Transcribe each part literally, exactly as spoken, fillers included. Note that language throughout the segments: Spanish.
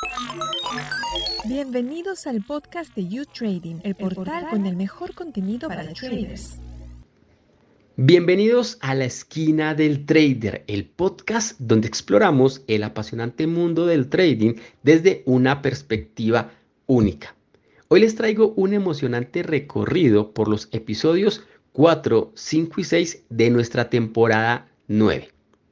Bienvenidos al podcast de YouTrading, el portal con el mejor contenido para traders. Bienvenidos a La Esquina del Trader, el podcast donde exploramos el apasionante mundo del trading desde una perspectiva única. Hoy les traigo un emocionante recorrido por los episodios cuatro, cinco y seis de nuestra temporada nueve.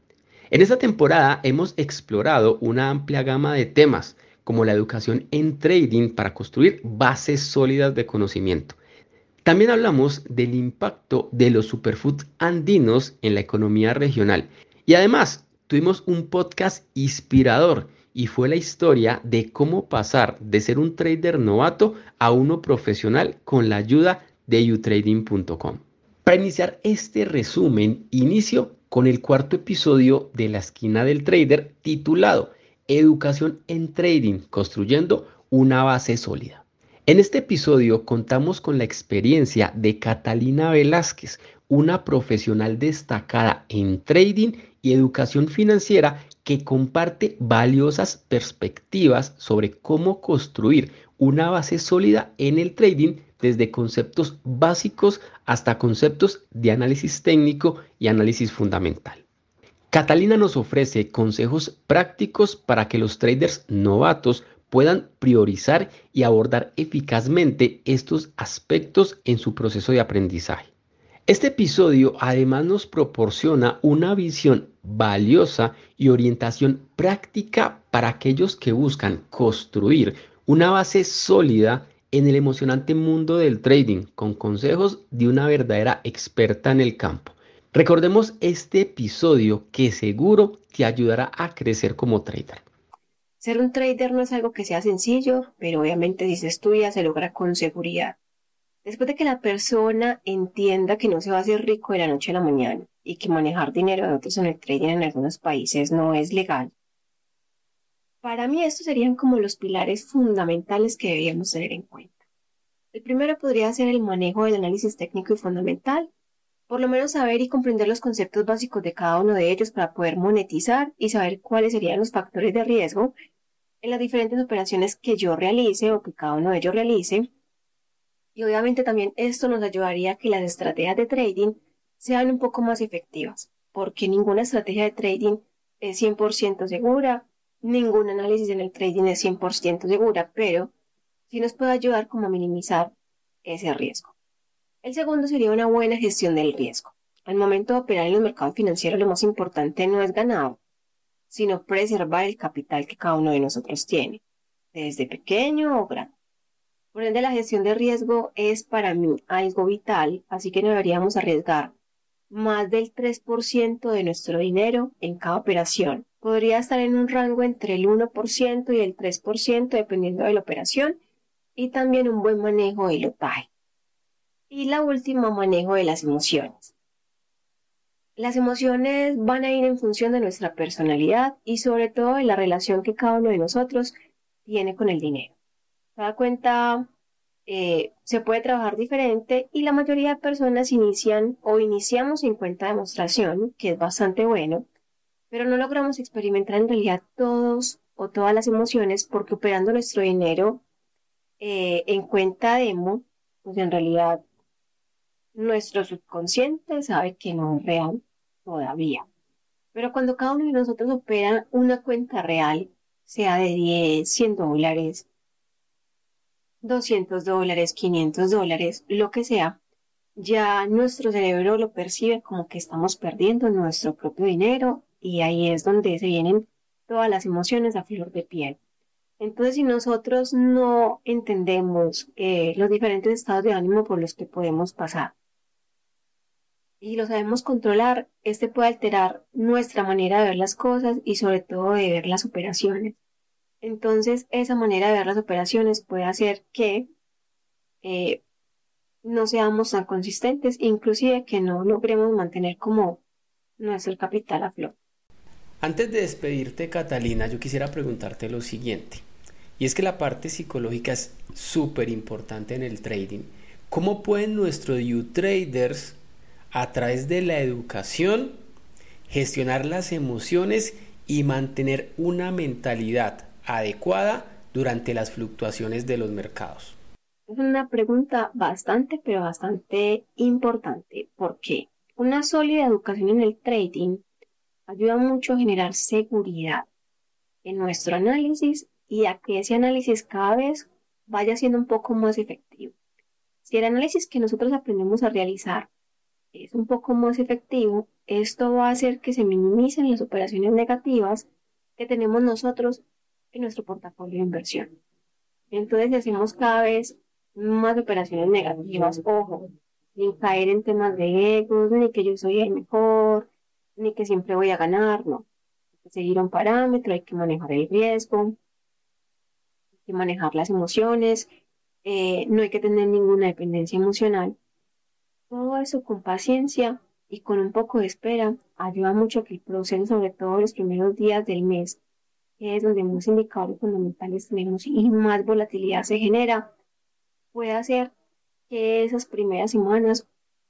En esta temporada hemos explorado una amplia gama de temas como la educación en trading para construir bases sólidas de conocimiento. También hablamos del impacto de los superfoods andinos en la economía regional. Y además tuvimos un podcast inspirador y fue la historia de cómo pasar de ser un trader novato a uno profesional con la ayuda de you trading punto com. Para iniciar este resumen, inicio con el cuarto episodio de La Esquina del Trader titulado Educación en Trading, construyendo una base sólida. En este episodio contamos con la experiencia de Catalina Velázquez, una profesional destacada en trading y educación financiera que comparte valiosas perspectivas sobre cómo construir una base sólida en el trading desde conceptos básicos hasta conceptos de análisis técnico y análisis fundamental. Catalina nos ofrece consejos prácticos para que los traders novatos puedan priorizar y abordar eficazmente estos aspectos en su proceso de aprendizaje. Este episodio además nos proporciona una visión valiosa y orientación práctica para aquellos que buscan construir una base sólida en el emocionante mundo del trading con consejos de una verdadera experta en el campo. Recordemos este episodio que seguro te ayudará a crecer como trader. Ser un trader no es algo que sea sencillo, pero obviamente si se estudia se logra con seguridad. Después de que la persona entienda que no se va a hacer rico de la noche a la mañana y que manejar dinero de otros en el trading en algunos países no es legal, para mí estos serían como los pilares fundamentales que deberíamos tener en cuenta. El primero podría ser el manejo del análisis técnico y fundamental, por lo menos saber y comprender los conceptos básicos de cada uno de ellos para poder monetizar y saber cuáles serían los factores de riesgo en las diferentes operaciones que yo realice o que cada uno de ellos realice. Y obviamente también esto nos ayudaría a que las estrategias de trading sean un poco más efectivas, porque ninguna estrategia de trading es cien por ciento segura, ningún análisis en el trading es cien por ciento segura, pero sí nos puede ayudar como a minimizar ese riesgo. El segundo sería una buena gestión del riesgo. Al momento de operar en los mercados financieros, lo más importante no es ganar, sino preservar el capital que cada uno de nosotros tiene, desde pequeño o grande. Por ende, la gestión de riesgo es para mí algo vital, así que no deberíamos arriesgar más del tres por ciento de nuestro dinero en cada operación. Podría estar en un rango entre el uno por ciento y el tres por ciento dependiendo de la operación, y también un buen manejo del lotaje. Y la última, manejo de las emociones. Las emociones van a ir en función de nuestra personalidad y sobre todo de la relación que cada uno de nosotros tiene con el dinero. Se da cuenta, eh, se puede trabajar diferente y la mayoría de personas inician o iniciamos sin cuenta de demostración, que es bastante bueno, pero no logramos experimentar en realidad todos o todas las emociones porque operando nuestro dinero eh, en cuenta demo, pues en realidad nuestro subconsciente sabe que no es real todavía. Pero cuando cada uno de nosotros opera una cuenta real, sea de diez, cien dólares, doscientos dólares, quinientos dólares, lo que sea, ya nuestro cerebro lo percibe como que estamos perdiendo nuestro propio dinero y ahí es donde se vienen todas las emociones a flor de piel. Entonces, si nosotros no entendemos eh, los diferentes estados de ánimo por los que podemos pasar y lo sabemos controlar, este puede alterar nuestra manera de ver las cosas y sobre todo de ver las operaciones. Entonces, esa manera de ver las operaciones puede hacer que eh, no seamos tan consistentes, inclusive que no logremos mantener como nuestro capital a flor. Antes de despedirte, Catalina, yo quisiera preguntarte lo siguiente. Y es que la parte psicológica es súper importante en el trading. ¿Cómo pueden nuestros YouTraders, a través de la educación, gestionar las emociones y mantener una mentalidad adecuada durante las fluctuaciones de los mercados? Es una pregunta bastante, pero bastante importante, porque una sólida educación en el trading ayuda mucho a generar seguridad en nuestro análisis y a que ese análisis cada vez vaya siendo un poco más efectivo. Si el análisis que nosotros aprendemos a realizar es un poco más efectivo, esto va a hacer que se minimicen las operaciones negativas que tenemos nosotros en nuestro portafolio de inversión. Entonces, si hacemos cada vez más operaciones negativas, ojo, sin caer en temas de egos, ni que yo soy el mejor, ni que siempre voy a ganar, no. Hay que seguir un parámetro, hay que manejar el riesgo, hay que manejar las emociones, eh, no hay que tener ninguna dependencia emocional. Todo eso con paciencia y con un poco de espera ayuda mucho a que el proceso, sobre todo los primeros días del mes, que es donde más indicadores fundamentales tenemos y más volatilidad se genera, puede hacer que esas primeras semanas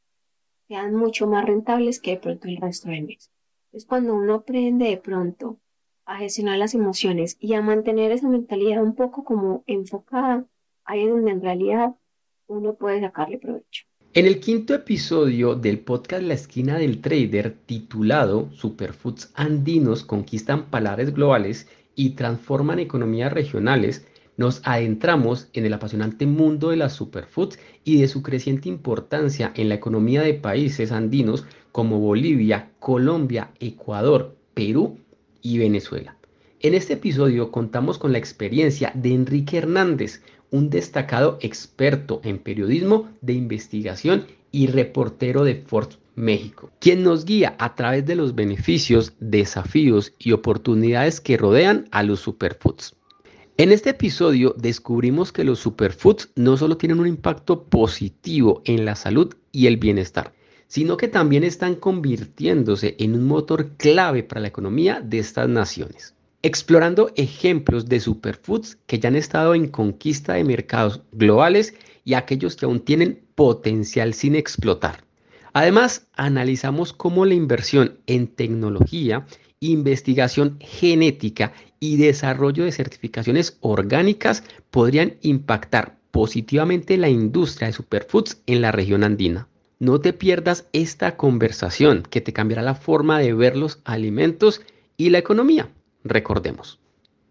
sean mucho más rentables que de pronto el resto del mes. Es cuando uno aprende de pronto a gestionar las emociones y a mantener esa mentalidad un poco como enfocada, ahí es donde en realidad uno puede sacarle provecho. En el quinto episodio del podcast La Esquina del Trader, titulado Superfoods andinos conquistan paladares globales y transforman economías regionales, nos adentramos en el apasionante mundo de las superfoods y de su creciente importancia en la economía de países andinos como Bolivia, Colombia, Ecuador, Perú y Venezuela. En este episodio contamos con la experiencia de Enrique Hernández, un destacado experto en periodismo de investigación y reportero de Forbes México, quien nos guía a través de los beneficios, desafíos y oportunidades que rodean a los superfoods. En este episodio descubrimos que los superfoods no solo tienen un impacto positivo en la salud y el bienestar, sino que también están convirtiéndose en un motor clave para la economía de estas naciones. Explorando ejemplos de superfoods que ya han estado en conquista de mercados globales y aquellos que aún tienen potencial sin explotar. Además, analizamos cómo la inversión en tecnología, investigación genética y desarrollo de certificaciones orgánicas podrían impactar positivamente la industria de superfoods en la región andina. No te pierdas esta conversación que te cambiará la forma de ver los alimentos y la economía. Recordemos.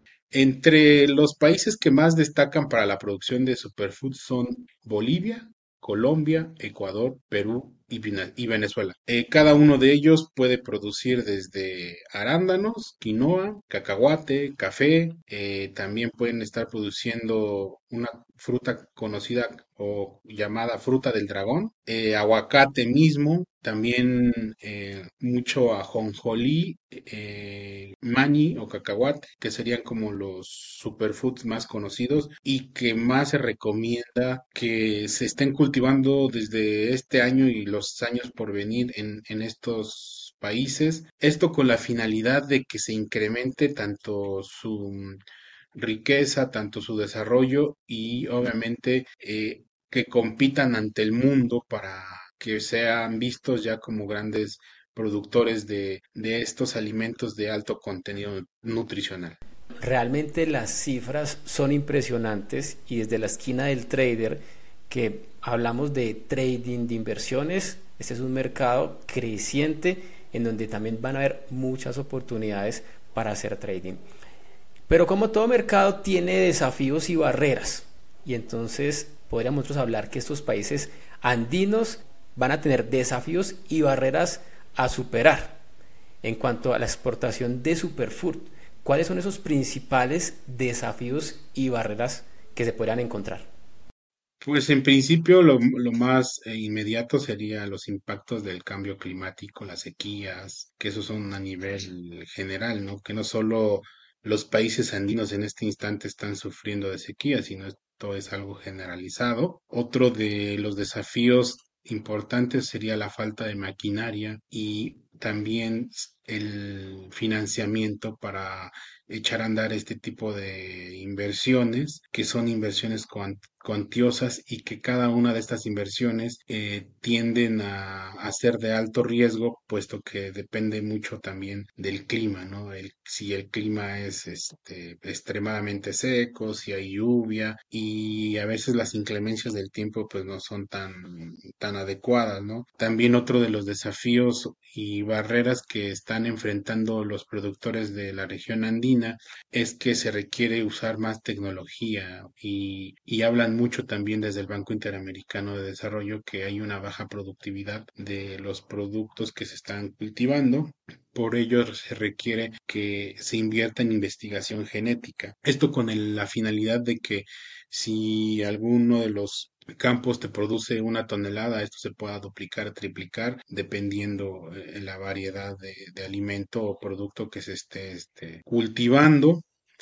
Entre los países que más destacan para la producción de superfoods son Bolivia, Colombia, Ecuador, Perú y Vene- y Venezuela. Eh, cada uno de ellos puede producir desde arándanos, quinoa, cacahuate, café. Eh, también pueden estar produciendo una fruta conocida o llamada fruta del dragón, eh, aguacate mismo, también eh, mucho ajonjolí, eh, mañi o cacahuate, que serían como los superfoods más conocidos y que más se recomienda que se estén cultivando desde este año y los años por venir en, en estos países. Esto con la finalidad de que se incremente tanto su riqueza, tanto su desarrollo y obviamente eh, que compitan ante el mundo para que sean vistos ya como grandes productores de, de estos alimentos de alto contenido nutricional. Realmente las cifras son impresionantes y desde la esquina del trader que hablamos de trading, de inversiones, este es un mercado creciente en donde también van a haber muchas oportunidades para hacer trading. Pero como todo mercado tiene desafíos y barreras y entonces podríamos nosotros hablar que estos países andinos van a tener desafíos y barreras a superar en cuanto a la exportación de superfood. ¿Cuáles son esos principales desafíos y barreras que se podrían encontrar? Pues en principio lo, lo más eh, inmediato sería los impactos del cambio climático, las sequías, que esos son a nivel general, ¿no? Que no solo los países andinos en este instante están sufriendo de sequía, sino esto es algo generalizado. Otro de los desafíos importantes sería la falta de maquinaria y también el financiamiento para echar a andar este tipo de inversiones, que son inversiones cuant- cuantiosas y que cada una de estas inversiones eh, tienden a, a ser de alto riesgo, puesto que depende mucho también del clima, ¿no? El, si el clima es este, extremadamente seco, si hay lluvia y a veces las inclemencias del tiempo pues no son tan, tan adecuadas, ¿no? También otro de los desafíos y barreras que están enfrentando los productores de la región andina es que se requiere usar más tecnología y, y hablan mucho también desde el Banco Interamericano de Desarrollo que hay una baja productividad de los productos que se están cultivando. Por ello se requiere que se invierta en investigación genética. Esto con el- la finalidad de que si alguno de los campos te produce una tonelada, esto se pueda duplicar, triplicar, dependiendo eh, la variedad de, de alimento o producto que se esté este, cultivando.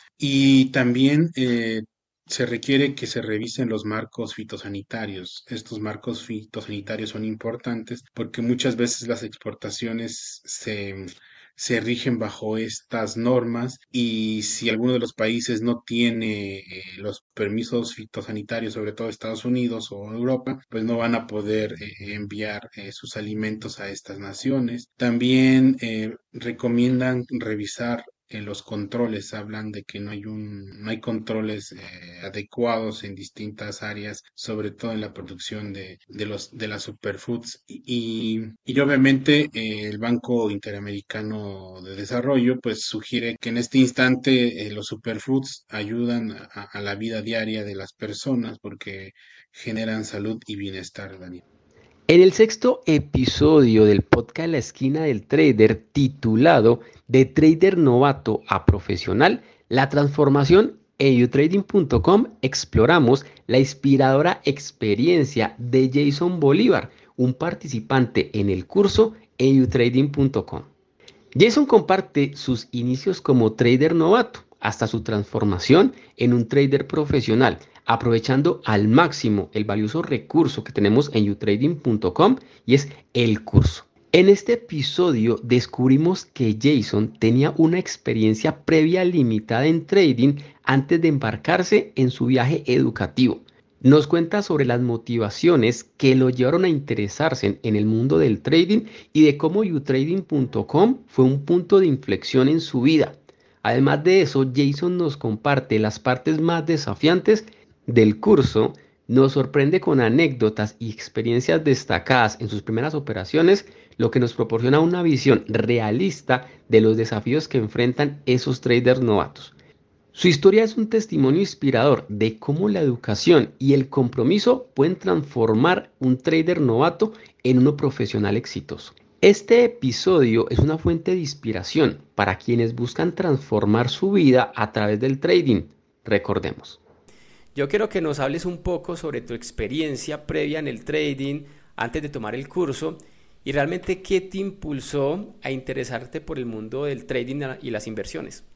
Y también eh, se requiere que se revisen los marcos fitosanitarios. Estos marcos fitosanitarios son importantes porque muchas veces las exportaciones se, se rigen bajo estas normas y si alguno de los países no tiene eh, los permisos fitosanitarios, sobre todo Estados Unidos o Europa, pues no van a poder eh, enviar eh, sus alimentos a estas naciones. También eh, recomiendan revisar en los controles, hablan de que no hay un, no hay controles eh, adecuados en distintas áreas, sobre todo en la producción de, de los de las superfoods y, y obviamente eh, el Banco Interamericano de Desarrollo pues sugiere que en este instante eh, los superfoods ayudan a, a la vida diaria de las personas porque generan salud y bienestar, Daniel. En el sexto episodio del podcast La Esquina del Trader, titulado De Trader Novato a Profesional, la transformación en youtrading punto com, exploramos la inspiradora experiencia de Jason Bolívar, un participante en el curso en youtrading punto com. Jason comparte sus inicios como trader novato hasta su transformación en un trader profesional, aprovechando al máximo el valioso recurso que tenemos en youtrading punto com y es el curso. En este episodio descubrimos que Jason tenía una experiencia previa limitada en trading antes de embarcarse en su viaje educativo. Nos cuenta sobre las motivaciones que lo llevaron a interesarse en el mundo del trading y de cómo youtrading punto com fue un punto de inflexión en su vida. Además de eso, Jason nos comparte las partes más desafiantes del curso, nos sorprende con anécdotas y experiencias destacadas en sus primeras operaciones, lo que nos proporciona una visión realista de los desafíos que enfrentan esos traders novatos. Su historia es un testimonio inspirador de cómo la educación y el compromiso pueden transformar un trader novato en uno profesional exitoso. Este episodio es una fuente de inspiración para quienes buscan transformar su vida a través del trading. Recordemos. Yo quiero que nos hables un poco sobre tu experiencia previa en el trading antes de tomar el curso y realmente qué te impulsó a interesarte por el mundo del trading y las inversiones.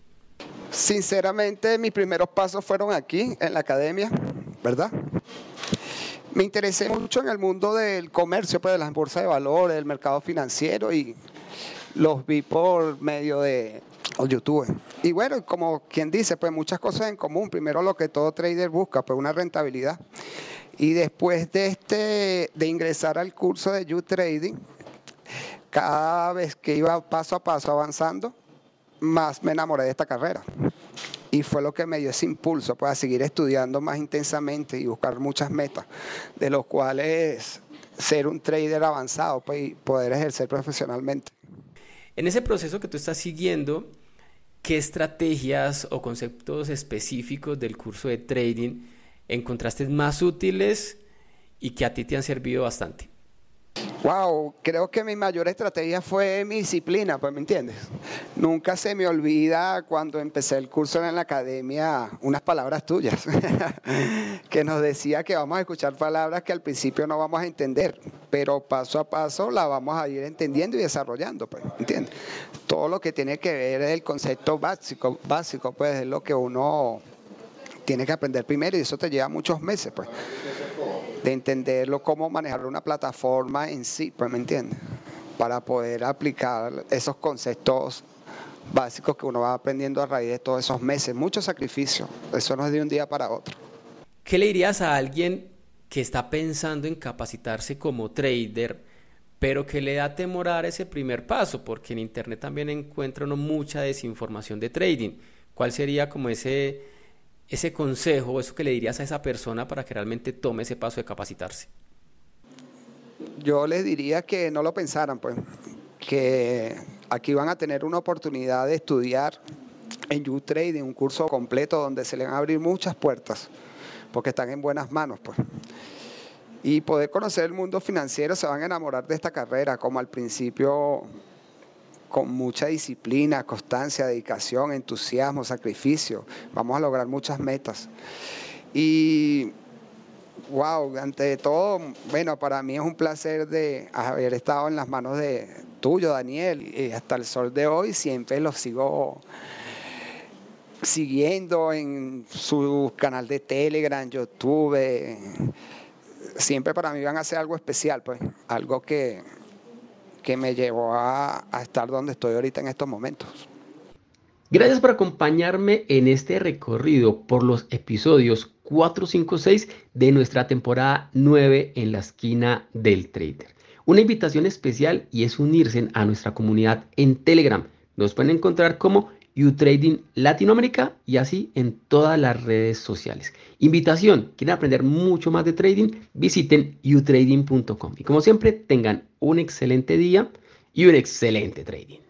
Sinceramente, mis primeros pasos fueron aquí, en la academia, ¿verdad? Me interesé mucho en el mundo del comercio, pues, de las bolsas de valores, del mercado financiero, y los vi por medio de YouTube. Y bueno, como quien dice, pues muchas cosas en común. Primero, lo que todo trader busca, pues una rentabilidad. Y después de, este, de ingresar al curso de YouTrading, cada vez que iba paso a paso avanzando, más me enamoré de esta carrera y fue lo que me dio ese impulso pues, a seguir estudiando más intensamente y buscar muchas metas, de los cuales ser un trader avanzado pues, y poder ejercer profesionalmente. En ese proceso que tú estás siguiendo, ¿qué estrategias o conceptos específicos del curso de trading encontraste más útiles y que a ti te han servido bastante? Wow, creo que mi mayor estrategia fue mi disciplina, pues, ¿me entiendes? Nunca se me olvida cuando empecé el curso en la academia unas palabras tuyas, que nos decía que vamos a escuchar palabras que al principio no vamos a entender, pero paso a paso la vamos a ir entendiendo y desarrollando, pues, ¿me entiendes? Todo lo que tiene que ver es el concepto básico, básico, pues, es lo que uno tiene que aprender primero y eso te lleva muchos meses, pues, de entenderlo, cómo manejar una plataforma en sí, pues, ¿me entiendes? para poder aplicar esos conceptos básicos que uno va aprendiendo a raíz de todos esos meses. Mucho sacrificio, eso no es de un día para otro. ¿Qué le dirías a alguien que está pensando en capacitarse como trader, pero que le da temor a dar ese primer paso? Porque en internet también encuentra uno mucha desinformación de trading. ¿Cuál sería como ese, ese consejo o eso que le dirías a esa persona para que realmente tome ese paso de capacitarse? Yo les diría que no lo pensaran, pues, que aquí van a tener una oportunidad de estudiar en U-Trading, un curso completo donde se les van a abrir muchas puertas, porque están en buenas manos, pues. Y poder conocer el mundo financiero, se van a enamorar de esta carrera, como al principio, con mucha disciplina, constancia, dedicación, entusiasmo, sacrificio. Vamos a lograr muchas metas. Y, wow, ante todo, bueno, para mí es un placer de haber estado en las manos de tuyo, Daniel, y hasta el sol de hoy siempre los sigo siguiendo en su canal de Telegram, YouTube. Siempre para mí van a ser algo especial, pues, algo que, que me llevó a, a estar donde estoy ahorita en estos momentos. Gracias por acompañarme en este recorrido por los episodios cuatro, cinco, seis de nuestra temporada nueve en la esquina del trader. Una invitación especial y es unirse a nuestra comunidad en Telegram. Nos pueden encontrar como U-Trading Latinoamérica y así en todas las redes sociales. Invitación, ¿quieren aprender mucho más de trading? Visiten u trading punto com y como siempre tengan un excelente día y un excelente trading.